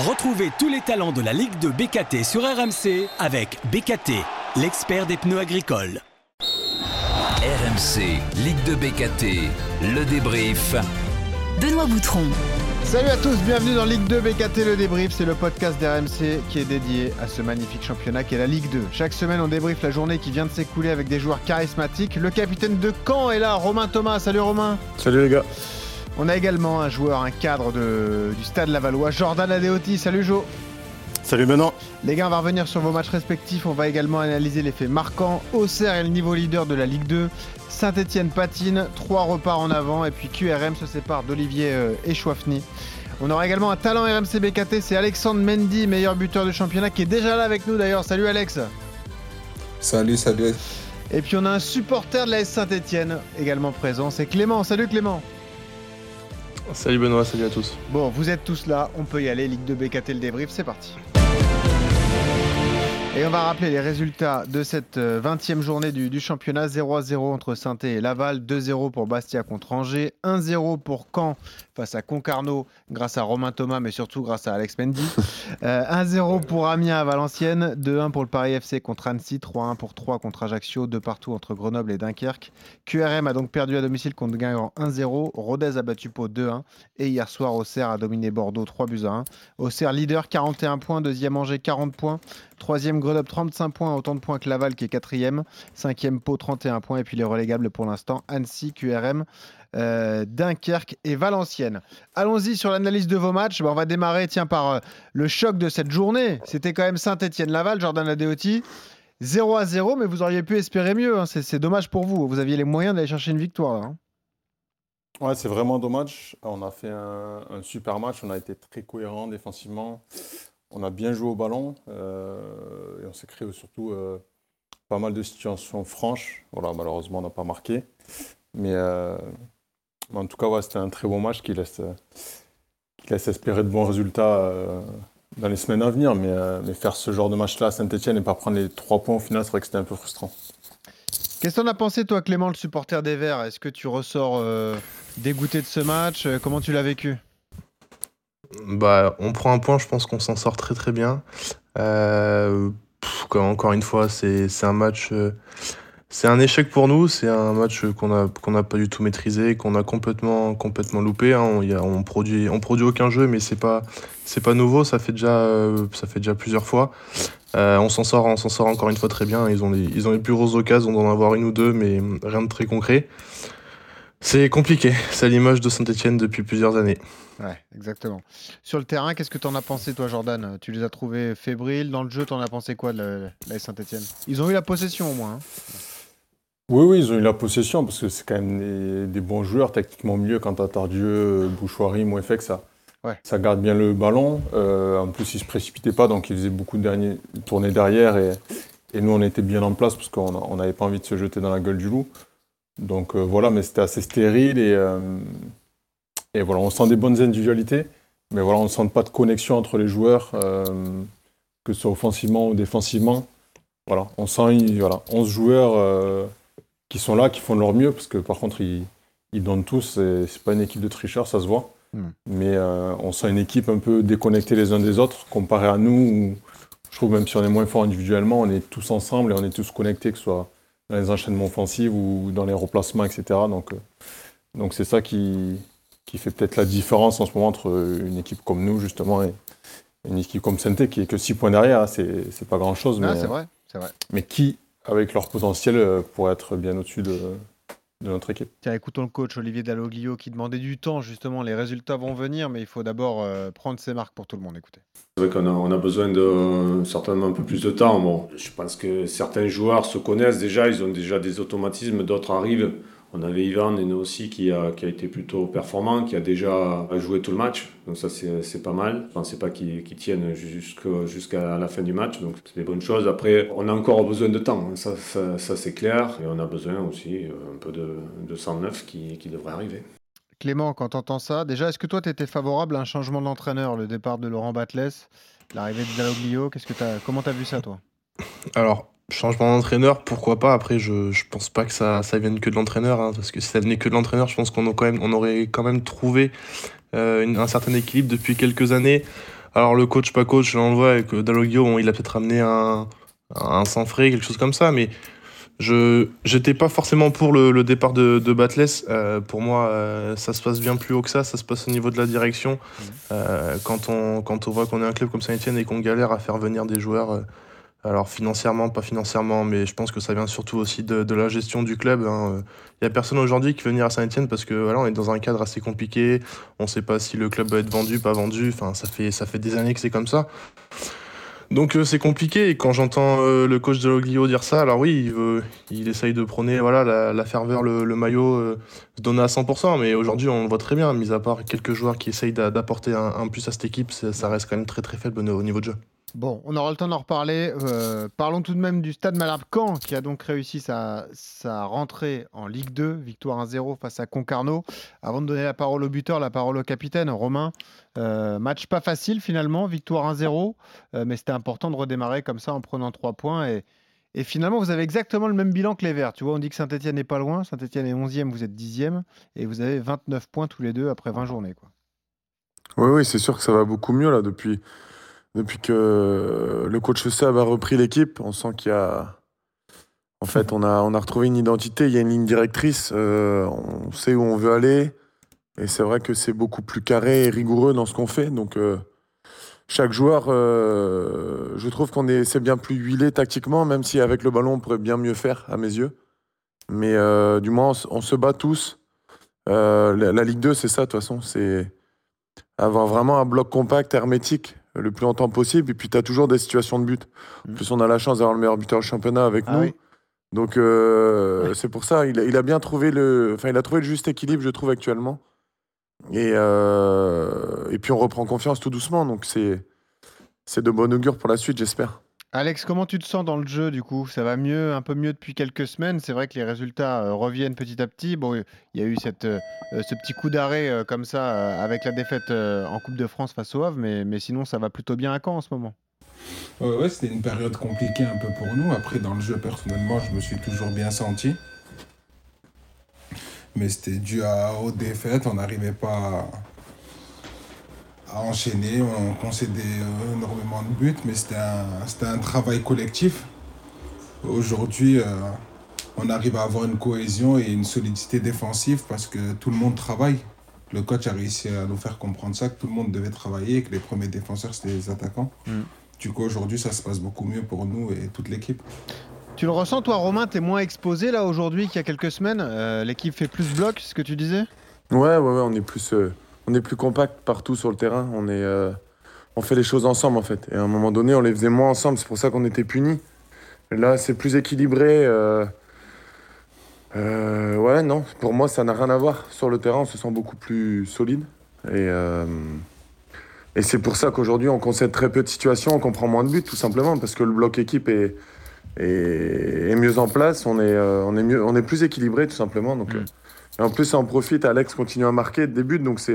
Retrouvez tous les talents de la Ligue 2 BKT sur RMC avec BKT, l'expert des pneus agricoles. RMC, Ligue 2 BKT, le débrief. Benoît Boutron. Salut à tous, bienvenue dans Ligue 2 BKT, le débrief. C'est le podcast d'RMC qui est dédié à ce magnifique championnat qui est la Ligue 2. Chaque semaine, on débriefe la journée qui vient de s'écouler avec des joueurs charismatiques. Le capitaine de Caen est là, Romain Thomas. Salut Romain. Salut les gars. On a également un joueur, un cadre du Stade Lavallois, Jordan Adeoti. Salut Jo. Salut Benoît. Les gars, on va revenir sur vos matchs respectifs. On va également analyser les faits marquants. Auxerre est le niveau leader de la Ligue 2. Saint-Etienne patine, 3 reparts en avant. Et puis QRM se sépare d'Olivier Echouafny. On aura également un talent RMC BKT, c'est Alexandre Mendy, meilleur buteur du championnat, qui est déjà là avec nous d'ailleurs. Salut Alex. Salut. Et puis on a un supporter de la S Saint-Etienne également présent, c'est Clément. Salut Clément. Salut Benoît, salut à tous. Bon, vous êtes tous là, on peut y aller. Ligue 2 BKT, le débrief, c'est parti. Et on va rappeler les résultats de cette 20e journée du championnat. 0-0 entre Saint-Étienne et Laval, 2-0 pour Bastia contre Angers, 1-0 pour Caen face à Concarneau grâce à Romain Thomas, mais surtout grâce à Alex Mendy. 1-0 pour Amiens à Valenciennes, 2-1 pour le Paris FC contre Annecy, 3-1 pour Troyes contre Ajaccio, 2 partout entre Grenoble et Dunkerque. QRM a donc perdu à domicile contre Guingamp 1-0, Rodez a battu Pau 2-1 et hier soir Auxerre a dominé Bordeaux 3-1. Auxerre leader, 41 points, deuxième Angers 40 points, troisième Grenoble 35 points, autant de points que Laval qui est quatrième, cinquième Pau 31 points et puis les relégables pour l'instant Annecy, QRM, Dunkerque et Valenciennes. Allons-y sur l'analyse de vos matchs. On va démarrer par le choc de cette journée. C'était quand même Saint-Etienne-Laval, Jordan Adeoti. 0-0, mais vous auriez pu espérer mieux. Hein. C'est dommage pour vous. Vous aviez les moyens d'aller chercher une victoire. Là, hein. Ouais, c'est vraiment dommage. On a fait un super match. On a été très cohérent défensivement. On a bien joué au ballon. Et on s'est créé surtout pas mal de situations franches. Voilà, malheureusement, on n'a pas marqué. Mais en tout cas, ouais, c'était un très bon match qui laisse espérer de bons résultats dans les semaines à venir. Mais faire ce genre de match-là à Saint-Etienne et pas prendre les 3 points au final, c'est vrai que c'était un peu frustrant. Qu'est-ce que t'en as pensé, toi, Clément, le supporter des Verts ? Est-ce que tu ressors dégoûté de ce match ? Comment tu l'as vécu ? On prend un point, je pense qu'on s'en sort très très bien. Encore une fois, c'est un match... c'est un échec pour nous, c'est un match qu'on n'a pas du tout maîtrisé, qu'on a complètement loupé. Hein. On produit aucun jeu, mais c'est pas nouveau, ça fait déjà plusieurs fois. On s'en sort encore une fois très bien. Ils ont les plus grosses occasions d'en avoir une ou deux, mais rien de très concret. C'est compliqué, c'est à l'image de Saint-Etienne depuis plusieurs années. Ouais, exactement. Sur le terrain, qu'est-ce que tu en as pensé, toi, Jordan ? Tu les as trouvés fébriles dans le jeu, tu en as pensé quoi de la Saint-Etienne ? Ils ont eu la possession au moins. Hein. Oui, ils ont eu la possession parce que c'est quand même des bons joueurs, techniquement mieux quand t'as Tardieu, Bouchoirie, Mouefek, ça garde bien le ballon. En plus, ils se précipitaient pas, donc ils faisaient beaucoup de tournées derrière et nous, on était bien en place parce qu'on n'avait pas envie de se jeter dans la gueule du loup. Donc voilà, mais c'était assez stérile et voilà, on sent des bonnes individualités, mais voilà, on ne sent pas de connexion entre les joueurs, que ce soit offensivement ou défensivement. Voilà, on sent 11 joueurs qui sont là, qui font de leur mieux, parce que par contre, ils donnent tous, c'est pas une équipe de tricheurs, ça se voit. Mais on sent une équipe un peu déconnectée les uns des autres, comparé à nous, où je trouve même si on est moins fort individuellement, on est tous ensemble et on est tous connectés, que ce soit dans les enchaînements offensifs ou dans les replacements, etc. Donc c'est ça qui fait peut-être la différence en ce moment entre une équipe comme nous, justement, et une équipe comme Saint-Étienne, qui est que 6 points derrière. Hein, c'est pas grand-chose, mais c'est vrai. Mais qui, avec leur potentiel, pourrait être bien au-dessus de notre équipe. Tiens, écoutons le coach Olivier Dalloglio qui demandait du temps, justement. Les résultats vont venir, mais il faut d'abord prendre ses marques pour tout le monde. Écoutez. C'est vrai qu'on a besoin de certainement un peu plus de temps. Bon, je pense que certains joueurs se connaissent déjà, ils ont déjà des automatismes, d'autres arrivent. On avait Ivan et nous aussi qui a été plutôt performant, qui a déjà joué tout le match. Donc ça, c'est pas mal. Je ne pensais pas qu'ils tiennent jusqu'à la fin du match. Donc c'est des bonnes choses. Après, on a encore besoin de temps. Ça c'est clair. Et on a besoin aussi un peu de sang neuf qui devrait arriver. Clément, quand tu entends ça, déjà, est-ce que toi, tu étais favorable à un changement d'entraîneur, le départ de Laurent Batles, l'arrivée de Dalloglio, comment tu as vu ça, toi ? Alors, changement d'entraîneur, pourquoi pas ? Après, je pense pas que ça vienne que de l'entraîneur, hein, parce que si ça venait que de l'entraîneur, je pense qu'on aurait quand même trouvé un certain équilibre depuis quelques années. Alors le coach, pas coach, là on le voit avec Dalloglio, bon, il a peut-être amené un sang frais, quelque chose comme ça, mais j'étais pas forcément pour le départ de Batles. Pour moi, ça se passe bien plus haut que ça se passe au niveau de la direction. Quand on voit qu'on est un club comme Saint-Etienne et qu'on galère à faire venir des joueurs, alors financièrement, pas financièrement, mais je pense que ça vient surtout aussi de la gestion du club. Il y a personne aujourd'hui qui veut venir à Saint-Etienne parce que voilà, on est dans un cadre assez compliqué. On sait pas si le club va être vendu, pas vendu. Enfin, ça fait des années que c'est comme ça. Donc c'est compliqué, et quand j'entends le coach de Dalloglio dire ça, alors oui, il essaye de prôner voilà, la ferveur, le maillot, se donner à 100%, mais aujourd'hui on le voit très bien, mis à part quelques joueurs qui essayent d'apporter un plus à cette équipe, ça reste quand même très très faible au niveau de jeu. Bon, on aura le temps d'en reparler. Parlons tout de même du Stade Malherbe-Caen qui a donc réussi sa rentrée en Ligue 2, victoire 1-0 face à Concarneau. Avant de donner la parole au buteur, la parole au capitaine, Romain. Match pas facile finalement, victoire 1-0, mais c'était important de redémarrer comme ça en prenant 3 points. Et finalement, vous avez exactement le même bilan que les Verts. Tu vois, on dit que Saint-Etienne n'est pas loin. Saint-Etienne est 11e, vous êtes 10e. Et vous avez 29 points tous les deux après 20 journées, quoi. Oui, c'est sûr que ça va beaucoup mieux là depuis que le coach Seb a repris l'équipe. On sent qu'il y a... En fait, on a retrouvé une identité, il y a une ligne directrice, on sait où on veut aller. Et c'est vrai que c'est beaucoup plus carré et rigoureux dans ce qu'on fait. Donc, chaque joueur, je trouve c'est bien plus huilé tactiquement, même si avec le ballon, on pourrait bien mieux faire, à mes yeux. Mais du moins, on se bat tous. La Ligue 2, c'est ça, de toute façon. C'est avoir vraiment un bloc compact, hermétique, le plus longtemps possible. Et puis, tu as toujours des situations de but. En plus, on a la chance d'avoir le meilleur buteur du championnat avec nous. Oui. Donc, c'est pour ça. Il a bien trouvé il a trouvé le juste équilibre, je trouve, actuellement. Et puis, on reprend confiance tout doucement. Donc, c'est de bon augure pour la suite, j'espère. Alex, comment tu te sens dans le jeu du coup? Ça va mieux, un peu mieux depuis quelques semaines. C'est vrai que les résultats reviennent petit à petit. Bon, il y a eu ce petit coup d'arrêt comme ça avec la défaite en Coupe de France face au Havre, mais sinon ça va plutôt bien à Caen en ce moment. Ouais, c'était une période compliquée un peu pour nous. Après, dans le jeu, personnellement, je me suis toujours bien senti. Mais c'était dû aux défaites. On n'arrivait pas à enchaîner, on concédait énormément de buts, mais c'était un travail collectif. Aujourd'hui, on arrive à avoir une cohésion et une solidité défensive parce que tout le monde travaille. Le coach a réussi à nous faire comprendre ça, que tout le monde devait travailler et que les premiers défenseurs, c'était les attaquants. Du coup, aujourd'hui, ça se passe beaucoup mieux pour nous et toute l'équipe. Tu le ressens, toi, Romain? Tu es moins exposé là aujourd'hui qu'il y a quelques semaines. L'équipe fait plus bloc, c'est ce que tu disais? Ouais, on est plus compact partout sur le terrain. On fait les choses ensemble, en fait. Et à un moment donné, on les faisait moins ensemble. C'est pour ça qu'on était punis. Et là, c'est plus équilibré. Ouais, non. Pour moi, ça n'a rien à voir. Sur le terrain, on se sent beaucoup plus solide. Et c'est pour ça qu'aujourd'hui, on concède très peu de situations. On comprend moins de buts, tout simplement. Parce que le bloc équipe est mieux en place. On est plus équilibré, tout simplement. Donc... Et en plus, ça en profite, Alex continue à marquer dès buts, donc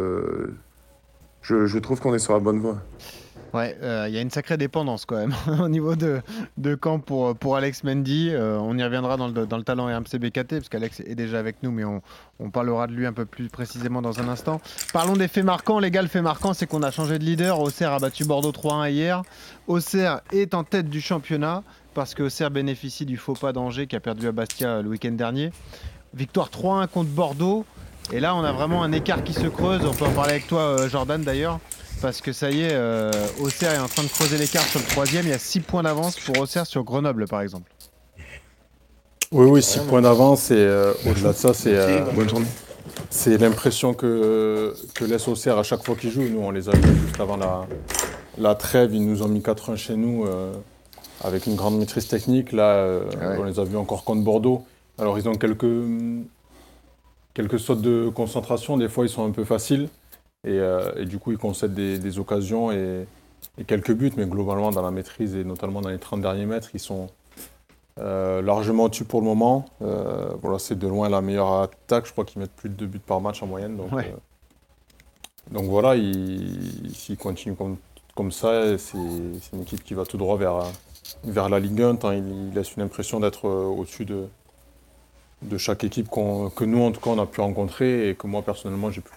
je trouve qu'on est sur la bonne voie. Ouais, il y a une sacrée dépendance quand même au niveau de Caen pour Alex Mendy. On y reviendra dans le talent RMC BKT, parce qu'Alex est déjà avec nous, mais on parlera de lui un peu plus précisément dans un instant. Parlons des faits marquants. Les gars, le fait marquant, c'est qu'on a changé de leader. Auxerre a battu Bordeaux 3-1 hier. Auxerre est en tête du championnat, parce que Auxerre bénéficie du faux pas d'Angers qui a perdu à Bastia le week-end dernier. Victoire 3-1 contre Bordeaux. Et là, on a vraiment un écart qui se creuse. On peut en parler avec toi, Jordan, d'ailleurs. Parce que ça y est, Auxerre est en train de creuser l'écart sur le 3e. Il y a 6 points d'avance pour Auxerre sur Grenoble, par exemple. Oui, 6 points d'avance. Et au-delà de ça, bonne journée. C'est l'impression que laisse Auxerre à chaque fois qu'ils jouent. Nous, on les a vus juste avant la trêve. Ils nous ont mis 4-1 chez nous avec une grande maîtrise technique. Là, on les a vus encore contre Bordeaux. Alors, ils ont quelques sautes de concentration. Des fois, ils sont un peu faciles. Et du coup, ils concèdent des occasions et quelques buts. Mais globalement, dans la maîtrise et notamment dans les 30 derniers mètres, ils sont largement au-dessus pour le moment. Voilà, c'est de loin la meilleure attaque. Je crois qu'ils mettent plus de 2 buts par match en moyenne. Donc voilà, s'ils continuent comme ça, c'est une équipe qui va tout droit vers la Ligue 1. Ils laissent une impression d'être au-dessus de chaque équipe que nous, en tout cas, on a pu rencontrer et que moi, personnellement, j'ai pu voir jouer.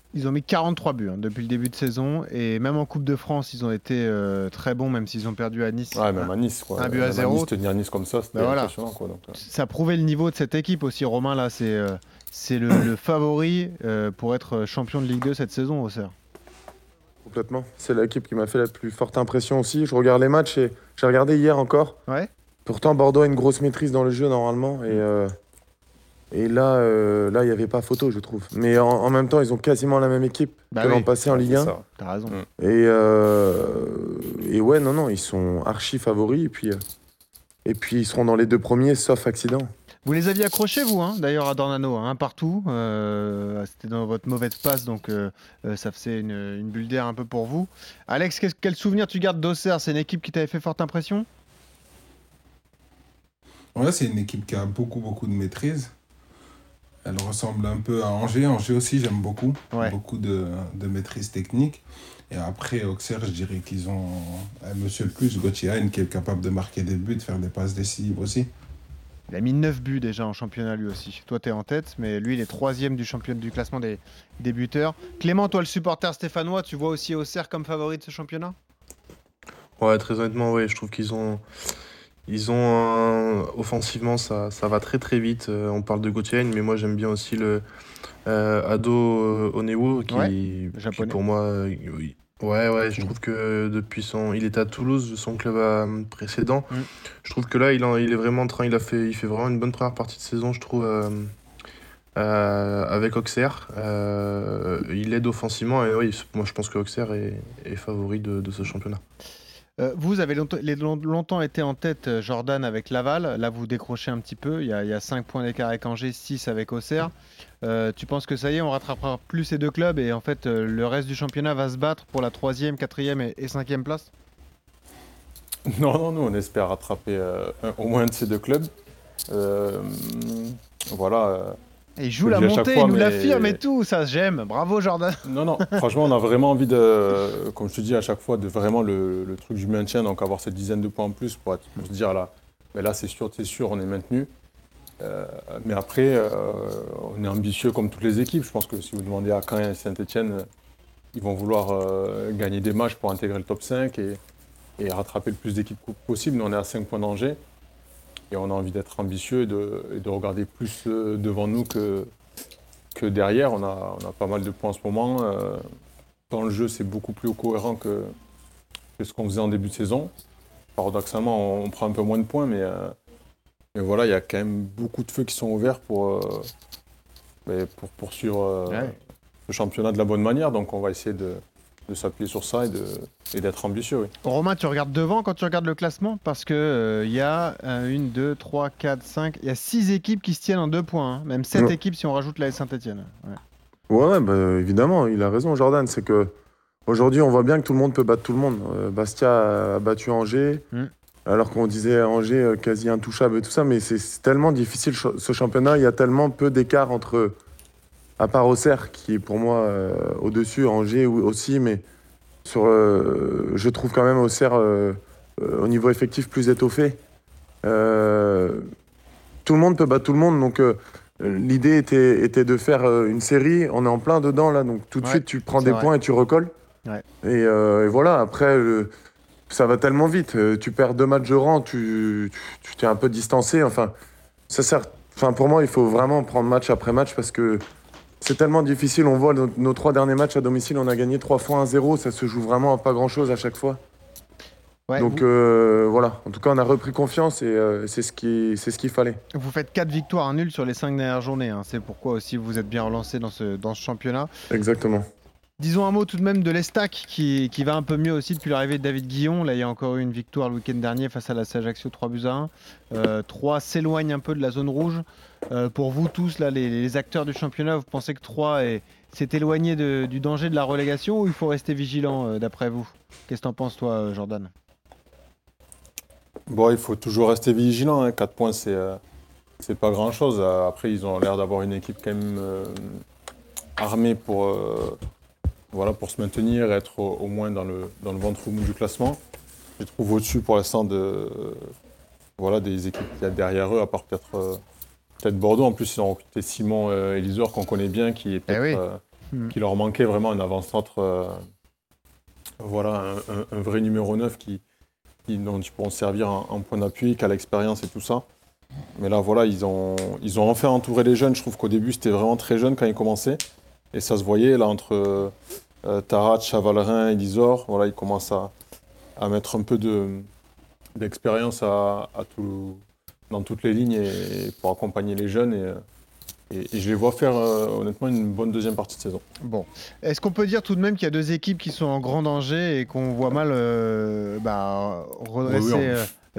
Ils ont mis 43 buts depuis le début de saison. Et même en Coupe de France, ils ont été très bons, même s'ils ont perdu à Nice. Ouais, même à Nice, quoi. 1-0. À Nice, tenir Nice comme ça, c'était impressionnant, quoi. Donc, ça prouvait le niveau de cette équipe aussi, Romain. Là, c'est le favori pour être champion de Ligue 2 cette saison, Auxerre. Complètement. C'est l'équipe qui m'a fait la plus forte impression aussi. Je regarde les matchs et j'ai regardé hier encore. Ouais. Pourtant, Bordeaux a une grosse maîtrise dans le jeu normalement. Et là, il n'y avait pas photo, je trouve. Mais en même temps, ils ont quasiment la même équipe que l'an passé en Ligue 1. T'as raison. Et ouais, non, ils sont archi favoris. Et puis, ils seront dans les 2 premiers, sauf accident. Vous les aviez accrochés, vous, d'ailleurs, à Dornano, partout. C'était dans votre mauvaise passe, donc ça faisait une bulle d'air un peu pour vous. Alex, quel souvenir tu gardes d'Auxerre? C'est une équipe qui t'avait fait forte impression? Ouais, c'est une équipe qui a beaucoup de maîtrise. Elle ressemble un peu à Angers. Angers aussi, j'aime beaucoup. Ouais. Beaucoup de maîtrise technique. Et après, Auxerre, je dirais qu'ils ont un monsieur de plus, Gauthier Hein, qui est capable de marquer des buts, de faire des passes décisives aussi. Il a mis 9 buts déjà en championnat lui aussi. Toi, tu es en tête, mais lui, il est 3e du classement des buteurs. Clément, toi, le supporter stéphanois, tu vois aussi Auxerre comme favori de ce championnat? Ouais, très honnêtement, oui. Je trouve qu'ils ont offensivement, ça va très vite. On parle de Gauthier, mais moi j'aime bien aussi le Ado Onewo qui pour moi, je trouve que depuis il était à Toulouse, son club précédent. Je trouve que là, il est vraiment en train, il fait vraiment une bonne première partie de saison, je trouve, avec Auxerre. Il aide offensivement et oui, moi je pense que Auxerre est favori de ce championnat. Vous avez longtemps été en tête, Jordan, avec Laval. Là, vous décrochez un petit peu. Il y a 5 points d'écart avec Angers, 6 avec Auxerre. Tu penses que ça y est, on rattrapera plus ces 2 clubs et en fait, le reste du championnat va se battre pour la 3e, 4e et 5e place? Non, nous, on espère rattraper au moins un de ces 2 clubs. Voilà. Et il joue la montée, il nous l'affirme et tout, ça j'aime. Bravo Jordan. Non, franchement, on a vraiment envie comme je te dis à chaque fois, de vraiment le truc du maintien, donc avoir cette dizaine de points en plus pour se dire là, mais là c'est sûr, on est maintenu. Mais après, on est ambitieux comme toutes les équipes. Je pense que si vous demandez à Caen et Saint-Etienne, ils vont vouloir gagner des matchs pour intégrer le top 5 et rattraper le plus d'équipes possible. Nous, on est à 5 points d'Angers. Et on a envie d'être ambitieux et de regarder plus devant nous que derrière. On a pas mal de points en ce moment. Dans le jeu, c'est beaucoup plus cohérent que ce qu'on faisait en début de saison. Paradoxalement, on prend un peu moins de points, mais voilà, il y a quand même beaucoup de feux qui sont ouverts pour poursuivre le championnat de la bonne manière. Donc on va essayer de s'appuyer sur ça et d'être ambitieux. Oui. Romain, tu regardes devant quand tu regardes le classement parce que y a 1, 2, 3, 4, 5, il y a 6 équipes qui se tiennent en 2 points, même 7 équipes si on rajoute la Saint-Etienne. Ouais, évidemment, il a raison Jordan, c'est que aujourd'hui on voit bien que tout le monde peut battre tout le monde. Bastia a battu Angers, alors qu'on disait Angers quasi intouchable et tout ça, mais c'est tellement difficile ce championnat, il y a tellement peu d'écart entre... À part Auxerre, qui est pour moi au-dessus, Angers aussi, mais je trouve quand même Auxerre au niveau effectif plus étoffé. Tout le monde peut battre tout le monde, donc l'idée était de faire une série. On est en plein dedans là, donc tout de suite tu prends des points et tu recolles. Ouais. Et voilà, après ça va tellement vite. Tu perds 2 matchs de rang, tu t'es un peu distancé. Enfin, pour moi, il faut vraiment prendre match après match parce que c'est tellement difficile, on voit nos 3 derniers matchs à domicile, on a gagné 3 fois 1-0, ça se joue vraiment à pas grand-chose à chaque fois. Ouais, donc voilà, en tout cas on a repris confiance et c'est ce qu'il fallait. Vous faites 4 victoires, 1 nul sur les 5 dernières journées, c'est pourquoi aussi vous êtes bien relancé dans ce championnat. Exactement. Disons un mot tout de même de l'Estac qui va un peu mieux aussi depuis l'arrivée de David Guillon. Là, il y a encore eu une victoire le week-end dernier face à la Ajaccio, 3-1. 3 s'éloigne un peu de la zone rouge. Pour vous tous, là, les acteurs du championnat, vous pensez que 3 s'est éloigné du danger de la relégation ou il faut rester vigilant d'après vous? Qu'est-ce que t'en penses toi, Jordan? Bon, il faut toujours rester vigilant. 4 points, c'est pas grand-chose. Après, ils ont l'air d'avoir une équipe quand même armée pour se maintenir, être au moins dans le ventre mou du classement. Je trouve au-dessus pour l'instant des équipes qu'il y a derrière eux, à part peut-être Bordeaux. En plus, ils ont recruté Simon Elisor, qu'on connaît bien, qui est peut-être qu'il leur manquait vraiment un avant-centre, voilà, un vrai numéro 9 dont ils pourront servir en point d'appui, qui a l'expérience et tout ça. Mais là, voilà, ils ont enfin entouré les jeunes. Je trouve qu'au début, c'était vraiment très jeune quand ils commençaient. Et ça se voyait, là, entre Tarat, Chavalrin et Lisor. Voilà, ils commencent à mettre un peu d'expérience dans toutes les lignes et pour accompagner les jeunes. Et je les vois faire, honnêtement, une bonne deuxième partie de saison. Bon. Est-ce qu'on peut dire tout de même qu'il y a deux équipes qui sont en grand danger et qu'on voit mal redresser,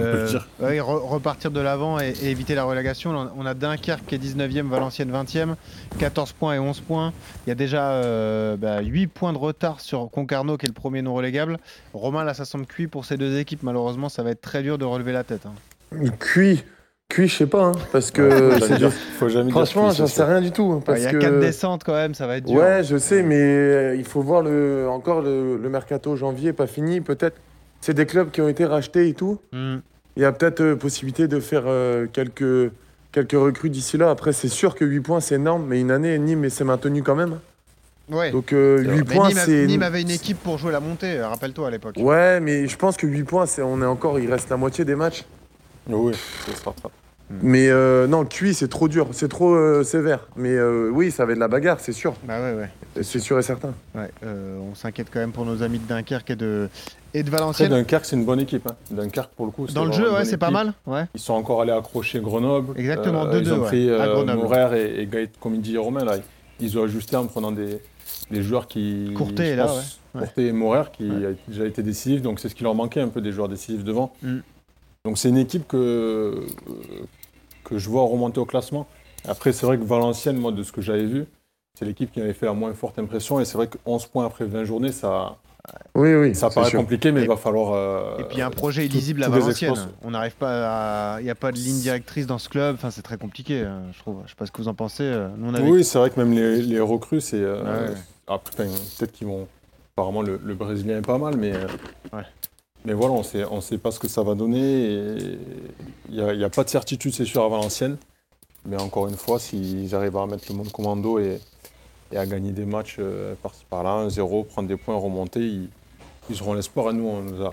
repartir de l'avant et éviter la relégation? On a Dunkerque qui est 19e, Valenciennes 20e, 14 points et 11 points. Il y a déjà 8 points de retard sur Concarneau qui est le premier non relégable. Romain, là, ça semble cuit pour ces deux équipes. Malheureusement, ça va être très dur de relever la tête. Cuit, je sais pas, parce que faut jamais franchement, j'en sais rien du tout. Il y a 4 descentes quand même, ça va être dur. Ouais, je sais, mais il faut voir le mercato janvier, pas fini. Peut-être, c'est des clubs qui ont été rachetés et tout. Il y a peut-être possibilité de faire quelques recrues d'ici là. Après, c'est sûr que 8 points, c'est énorme, mais une année, Nîmes s'est maintenu quand même. Ouais. Donc 8 points, Nîmes avait une équipe pour jouer la montée, rappelle-toi à l'époque. Ouais, mais je pense que 8 points, il reste la moitié des matchs. Oui, c'est ça. Mais non, QI, c'est trop dur, c'est trop sévère. Mais oui, ça va être de la bagarre, c'est sûr. Bah ouais. C'est sûr et certain. Ouais, on s'inquiète quand même pour nos amis de Dunkerque et de Valenciennes. Après, Dunkerque, c'est une bonne équipe. Dunkerque, pour le coup, dans le jeu, c'est pas mal. Ouais. Ils sont encore allés accrocher Grenoble. Exactement, 2-2. Ils ont pris Morer et Gaët, comme il dit Romain, là. Ils ont ajusté en prenant des joueurs qui... Courtet, là, Courtet et Morer, qui a déjà été décisif. Donc, c'est ce qui leur manquait, un peu des joueurs décisifs devant. Donc, c'est une équipe que je vois remonter au classement. Après, c'est vrai que Valenciennes, moi, de ce que j'avais vu, c'est l'équipe qui avait fait la moins forte impression. Et c'est vrai que 11 points après 20 journées, ça paraît compliqué, mais il va falloir... et puis, il y a un projet illisible à Valenciennes. On n'arrive pas à... Il n'y a pas de ligne directrice dans ce club. Enfin, c'est très compliqué, je trouve. Je ne sais pas ce que vous en pensez. Oui, c'est vrai que même les recrues, c'est... peut-être qu'ils vont... Apparemment, le Brésilien est pas mal, mais... Mais voilà, on ne sait pas ce que ça va donner. Il n'y a pas de certitude, c'est sûr, à Valenciennes. Mais encore une fois, s'ils arrivent à mettre le monde commando et à gagner des matchs par-ci par-là, 1-0, prendre des points, remonter, ils auront l'espoir. Et nous,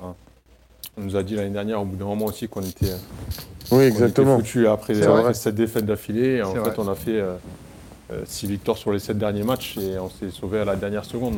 on nous a dit l'année dernière, au bout d'un moment aussi, qu'on était foutus après cette défaite d'affilée. Et en fait, on a fait 6 victoires sur les 7 derniers matchs et on s'est sauvé à la dernière seconde.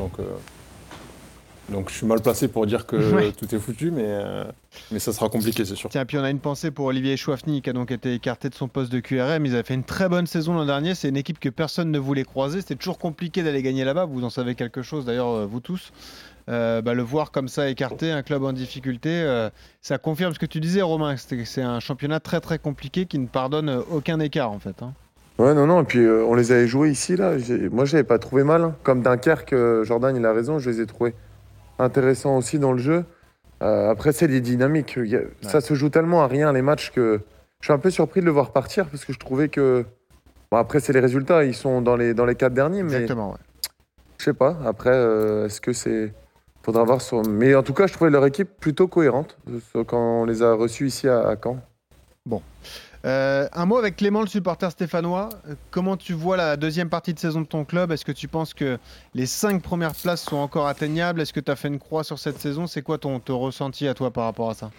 Donc je suis mal placé pour dire que tout est foutu, mais ça sera compliqué, c'est sûr. Tiens, puis on a une pensée pour Olivier Chouafny, qui a donc été écarté de son poste de QRM. Ils avaient fait une très bonne saison l'an dernier. C'est une équipe que personne ne voulait croiser. C'était toujours compliqué d'aller gagner là-bas. Vous en savez quelque chose, d'ailleurs, vous tous. Le voir comme ça écarté, un club en difficulté, ça confirme ce que tu disais, Romain. C'est un championnat très très compliqué qui ne pardonne aucun écart, en fait. Ouais, non. Et puis on les avait joués ici, là. Moi, je les avais pas trouvé mal. Comme Dunkerque, Jordan, il a raison, je les ai trouvés intéressant aussi dans le jeu. Après, c'est les dynamiques. Ça se joue tellement à rien, les matchs, que je suis un peu surpris de le voir partir parce que je trouvais que... Bon, après, c'est les résultats. Ils sont dans les 4 derniers. Exactement, je sais pas. Après, est-ce que c'est... Faudra voir sur... Mais en tout cas, je trouvais leur équipe plutôt cohérente quand on les a reçus ici à Caen. Bon. Un mot avec Clément, le supporter stéphanois. Comment tu vois la deuxième partie de saison de ton club? Est-ce que tu penses que les 5 premières places sont encore atteignables? Est-ce que tu as fait une croix sur cette saison? C'est quoi ton ressenti à toi par rapport à ça?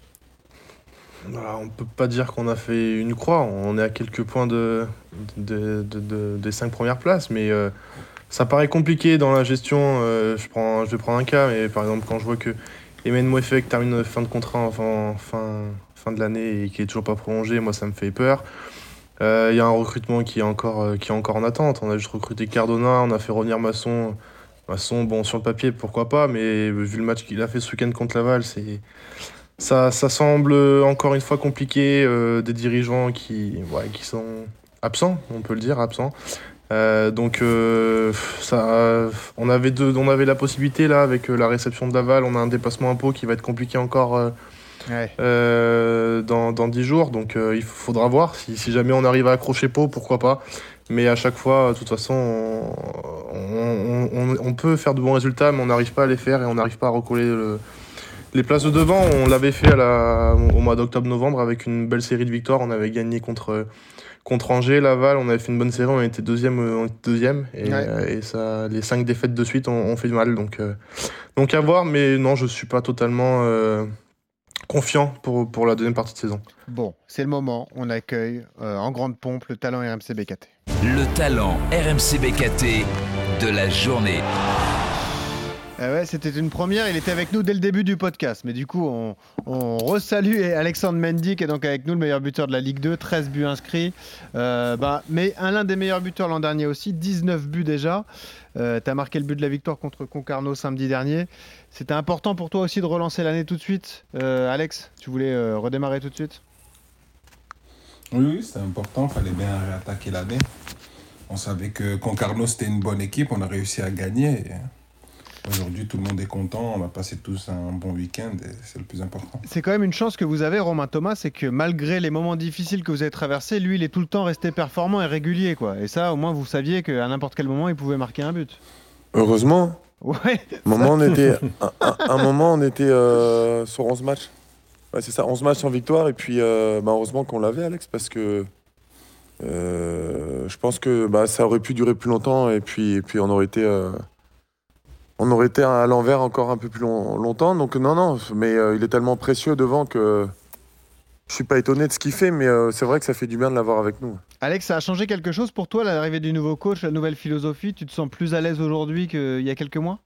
On peut pas dire qu'on a fait une croix. On est à quelques points des 5 premières places, mais ça paraît compliqué dans la gestion. Je vais prendre un cas, mais par exemple, quand je vois que Emen Mouefek termine fin de contrat fin de l'année et qui est toujours pas prolongé, moi ça me fait peur. Il y a un recrutement qui est encore en attente. On a juste recruté Cardona, on a fait revenir Masson. Masson, bon, sur le papier, pourquoi pas, mais vu le match qu'il a fait ce week-end contre Laval, ça semble encore une fois compliqué. Des dirigeants qui sont absents, on peut le dire, absents. On avait la possibilité là avec la réception de Laval, on a un dépassement impôt qui va être compliqué encore dans 10 jours, donc il faudra voir si jamais on arrive à accrocher Pau, pourquoi pas, mais à chaque fois de toute façon on peut faire de bons résultats mais on n'arrive pas à les faire et on n'arrive pas à recoller Les places de devant, on l'avait fait au mois d'octobre-novembre avec une belle série de victoires. On avait gagné contre Angers, Laval, on avait fait une bonne série, on était deuxième. Et ça, les 5 défaites de suite ont fait mal. Donc à voir, mais non, je suis pas totalement confiant pour la deuxième partie de saison. Bon, c'est le moment. On accueille en grande pompe le talent RMC BKT. Le talent RMC BKT de la journée. Ouais, c'était une première, il était avec nous dès le début du podcast, mais du coup on resalue Alexandre Mendy qui est donc avec nous, le meilleur buteur de la Ligue 2, 13 buts inscrits, mais l'un des meilleurs buteurs l'an dernier aussi, 19 buts déjà. Tu as marqué le but de la victoire contre Concarneau samedi dernier. C'était important pour toi aussi de relancer l'année tout de suite, Alex, tu voulais redémarrer tout de suite? Oui, c'était important, il fallait bien réattaquer l'année. On savait que Concarneau c'était une bonne équipe, on a réussi à gagner. Aujourd'hui, tout le monde est content, on a passé tous un bon week-end et c'est le plus important. C'est quand même une chance que vous avez, Romain Thomas, c'est que malgré les moments difficiles que vous avez traversés, lui, il est tout le temps resté performant et régulier, quoi. Et ça, au moins, vous saviez qu'à n'importe quel moment, il pouvait marquer un but. Heureusement. Ouais. Un moment, on était sur 11 matchs. Ouais, c'est ça, 11 matchs sans victoire. Et puis, heureusement qu'on l'avait, Alex, parce que je pense que ça aurait pu durer plus longtemps. Et puis on aurait été à l'envers encore un peu plus longtemps. Donc non, mais il est tellement précieux devant que je suis pas étonné de ce qu'il fait, mais c'est vrai que ça fait du bien de l'avoir avec nous. Alex, ça a changé quelque chose pour toi, l'arrivée du nouveau coach, la nouvelle philosophie? Tu te sens plus à l'aise aujourd'hui qu'il y a quelques mois?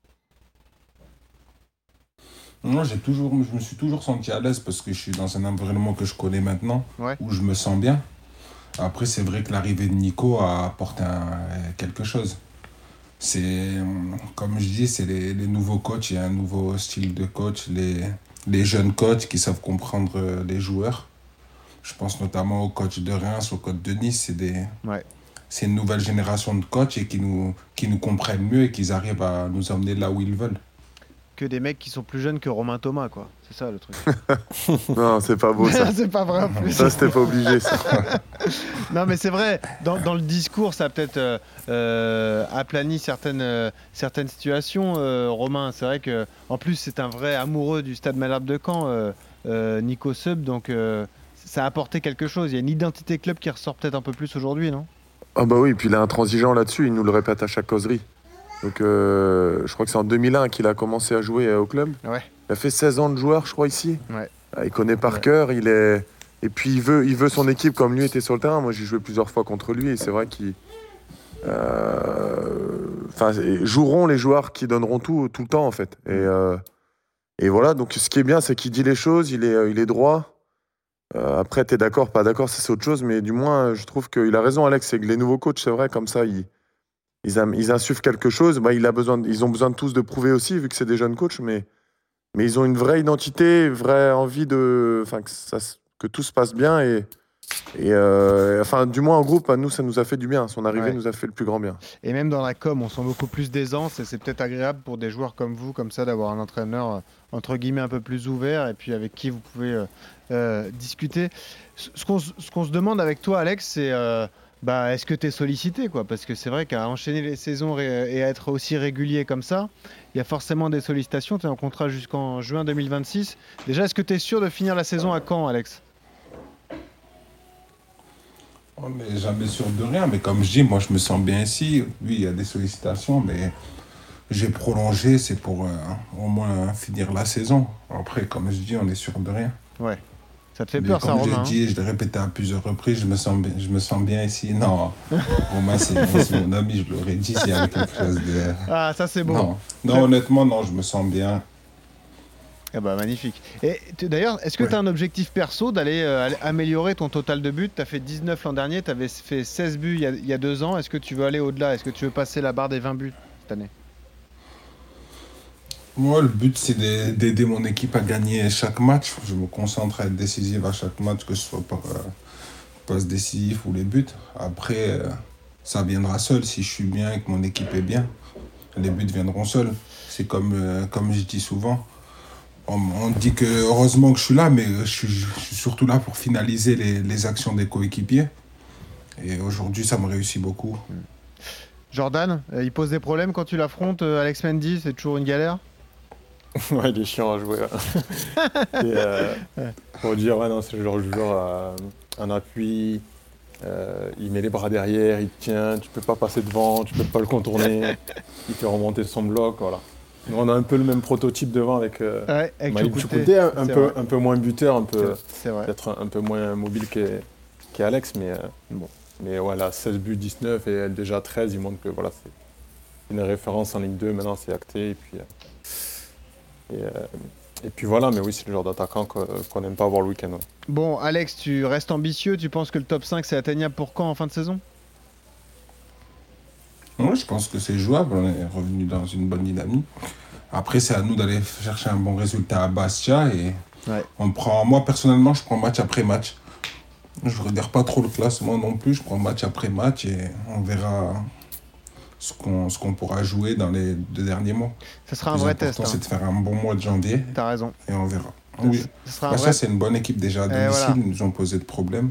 Moi, je me suis toujours senti à l'aise parce que je suis dans un environnement que je connais maintenant, où je me sens bien. Après, c'est vrai que l'arrivée de Nico a apporté quelque chose. C'est, comme je dis, c'est les nouveaux coachs, il y a un nouveau style de coach, les jeunes coachs qui savent comprendre les joueurs. Je pense notamment au coach de Reims, au coach de Nice, c'est une nouvelle génération de coachs et qui nous comprennent mieux et qui arrivent à nous emmener là où ils veulent. Que des mecs qui sont plus jeunes que Romain Thomas, quoi. C'est ça le truc. Non, c'est pas beau ça. C'est pas vrai en plus. Ça, c'était pas obligé ça. Non, mais c'est vrai, dans le discours, ça a peut-être aplani certaines situations, Romain. C'est vrai qu'en plus, c'est un vrai amoureux du Stade Malherbe de Caen, Nico Sub, donc ça a apporté quelque chose. Il y a une identité club qui ressort peut-être un peu plus aujourd'hui, non? Ah bah oui, puis il est intransigeant là-dessus, il nous le répète à chaque causerie. Donc je crois que c'est en 2001 qu'il a commencé à jouer au club. Ouais. Il a fait 16 ans de joueur, je crois, ici. Ouais. Il connaît par cœur, et puis il veut son équipe comme lui était sur le terrain. Moi, j'ai joué plusieurs fois contre lui et c'est vrai qu'ils joueront les joueurs qui donneront tout le temps, en fait. Et voilà, donc ce qui est bien, c'est qu'il dit les choses, il est droit. Après, t'es d'accord, pas d'accord, ça c'est autre chose, mais du moins, je trouve qu'il a raison, Alex, c'est que les nouveaux coachs, c'est vrai, comme ça, ils insufflent quelque chose. Ils ont besoin de tous de prouver aussi, vu que c'est des jeunes coachs, mais ils ont une vraie identité, une vraie envie que tout se passe bien. Du moins en groupe, à nous, ça nous a fait du bien. Son arrivée nous a fait le plus grand bien. Et même dans la com, on sent beaucoup plus d'aisance et c'est peut-être agréable pour des joueurs comme vous, comme ça, d'avoir un entraîneur entre guillemets un peu plus ouvert et puis avec qui vous pouvez discuter. Ce qu'on se demande avec toi, Alex, c'est est-ce que tu es sollicité, quoi? Parce que c'est vrai qu'à enchaîner les saisons et à être aussi régulier comme ça, il y a forcément des sollicitations. Tu es en contrat jusqu'en juin 2026. Déjà, est-ce que tu es sûr de finir la saison à Caen, Alex? On n'est jamais sûr de rien, mais comme je dis, moi je me sens bien ici. Oui, il y a des sollicitations, mais j'ai prolongé, c'est pour au moins finir la saison. Après, comme je dis, on est sûr de rien. Ouais. Ça te fait peur, ça, Romain? Comme j'ai dit, je l'ai répété à plusieurs reprises, je me sens bien ici. Non, Romain, c'est mon ami, je l'aurais dit s'il y avait quelque chose de... Ah, ça c'est beau. Non, honnêtement, non, je me sens bien. Ah bah magnifique. Et d'ailleurs, est-ce que tu as un objectif perso d'aller améliorer ton total de buts? Tu as fait 19 l'an dernier, tu avais fait 16 buts il y a 2 ans. Est-ce que tu veux aller au-delà? Est-ce que tu veux passer la barre des 20 buts cette année? Moi, le but, c'est d'aider mon équipe à gagner chaque match. Je me concentre à être décisif à chaque match, que ce soit par passe décisif ou les buts. Après, ça viendra seul. Si je suis bien et que mon équipe est bien, les buts viendront seuls. C'est comme je dis souvent. On dit que heureusement que je suis là, mais je suis surtout là pour finaliser les actions des coéquipiers. Et aujourd'hui, ça me réussit beaucoup. Jordan, il pose des problèmes quand tu l'affrontes, Alex Mendy? C'est toujours une galère? Ouais, il est chiant à jouer. Pour dire, ouais, non, c'est le genre de joueur en appui. Il met les bras derrière, il tient, tu peux pas passer devant, tu peux pas le contourner. Il fait remonter son bloc, voilà. Nous, on a un peu le même prototype devant avec Malik Choukoudé, un peu moins buteur, peut-être un peu moins mobile qu'Alex, mais bon. Mais voilà, 16 buts, 19 et déjà 13, il montre que voilà, c'est une référence en Ligue 2, maintenant c'est acté. Et puis voilà, mais oui, c'est le genre d'attaquant qu'on n'aime pas voir le week-end. Ouais. Bon, Alex, tu restes ambitieux, tu penses que le top 5 c'est atteignable pour quand en fin de saison ? Oui, je pense que c'est jouable, on est revenu dans une bonne dynamique. Après, c'est à nous d'aller chercher un bon résultat à Bastia et moi personnellement, je prends match après match. Je ne regarde pas trop le classement non plus, je prends match après match et on verra ce qu'on pourra jouer dans les 2 derniers mois. Ce sera un vrai test. C'est de faire un bon mois de janvier. T'as raison. Et on verra. Oui. Ça, c'est une bonne équipe déjà à domicile, ils nous ont posé de problèmes.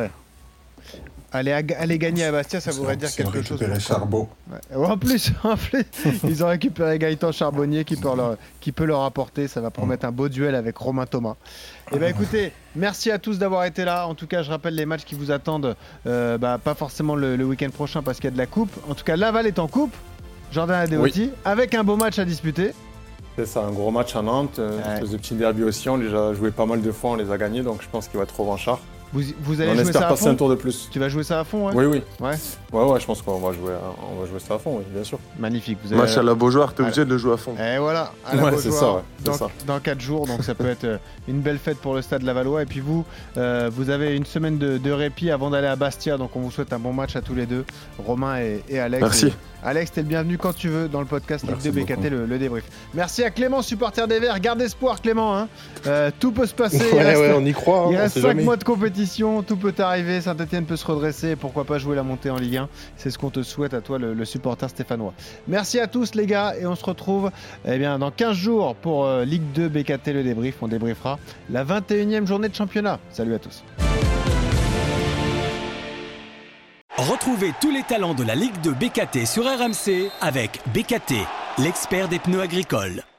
Aller gagner à Bastia, ça voudrait dire quelque chose. Ils ont récupéré Charbot. Ouais. En plus, ils ont récupéré Gaëtan Charbonnier qui peut leur apporter. Ça va promettre un beau duel avec Romain Thomas. Eh bien écoutez, merci à tous d'avoir été là. En tout cas, je rappelle les matchs qui vous attendent. Pas forcément le week-end prochain parce qu'il y a de la coupe. En tout cas, Laval est en coupe. Jordan Adeoti, avec un beau match à disputer. C'est ça, un gros match à Nantes. Des petits derby aussi. On les a joués pas mal de fois, on les a gagnés. Donc je pense qu'il va être revanchard. Vous allez on jouer espère ça à passer fond. Un tour de plus. Tu vas jouer ça à fond, Oui. Ouais, je pense qu'on va jouer ça à fond, oui, bien sûr. Magnifique. Match à la Beaujoire, t'es obligé de le jouer à fond. Et voilà, à la Beaujoire, c'est ça. Dans 4 jours, donc ça peut être une belle fête pour le Stade Lavallois. Et puis vous avez une semaine de répit avant d'aller à Bastia, donc on vous souhaite un bon match à tous les deux, Romain et Alex. Merci. Alex, t'es le bienvenu quand tu veux dans le podcast Ligue 2 BKT, le débrief. Merci à Clément, supporter des Verts. Garde espoir, Clément. Hein. Tout peut se passer. On y croit. Il reste 5 mois de compétition. Tout peut arriver. Saint-Etienne peut se redresser. Et pourquoi pas jouer la montée en Ligue 1. C'est ce qu'on te souhaite à toi, le supporter stéphanois. Merci à tous, les gars. Et on se retrouve dans 15 jours pour Ligue 2 BKT, le débrief. On débriefera la 21e journée de championnat. Salut à tous. Retrouvez tous les talents de la Ligue 2 BKT sur RMC avec BKT, l'expert des pneus agricoles.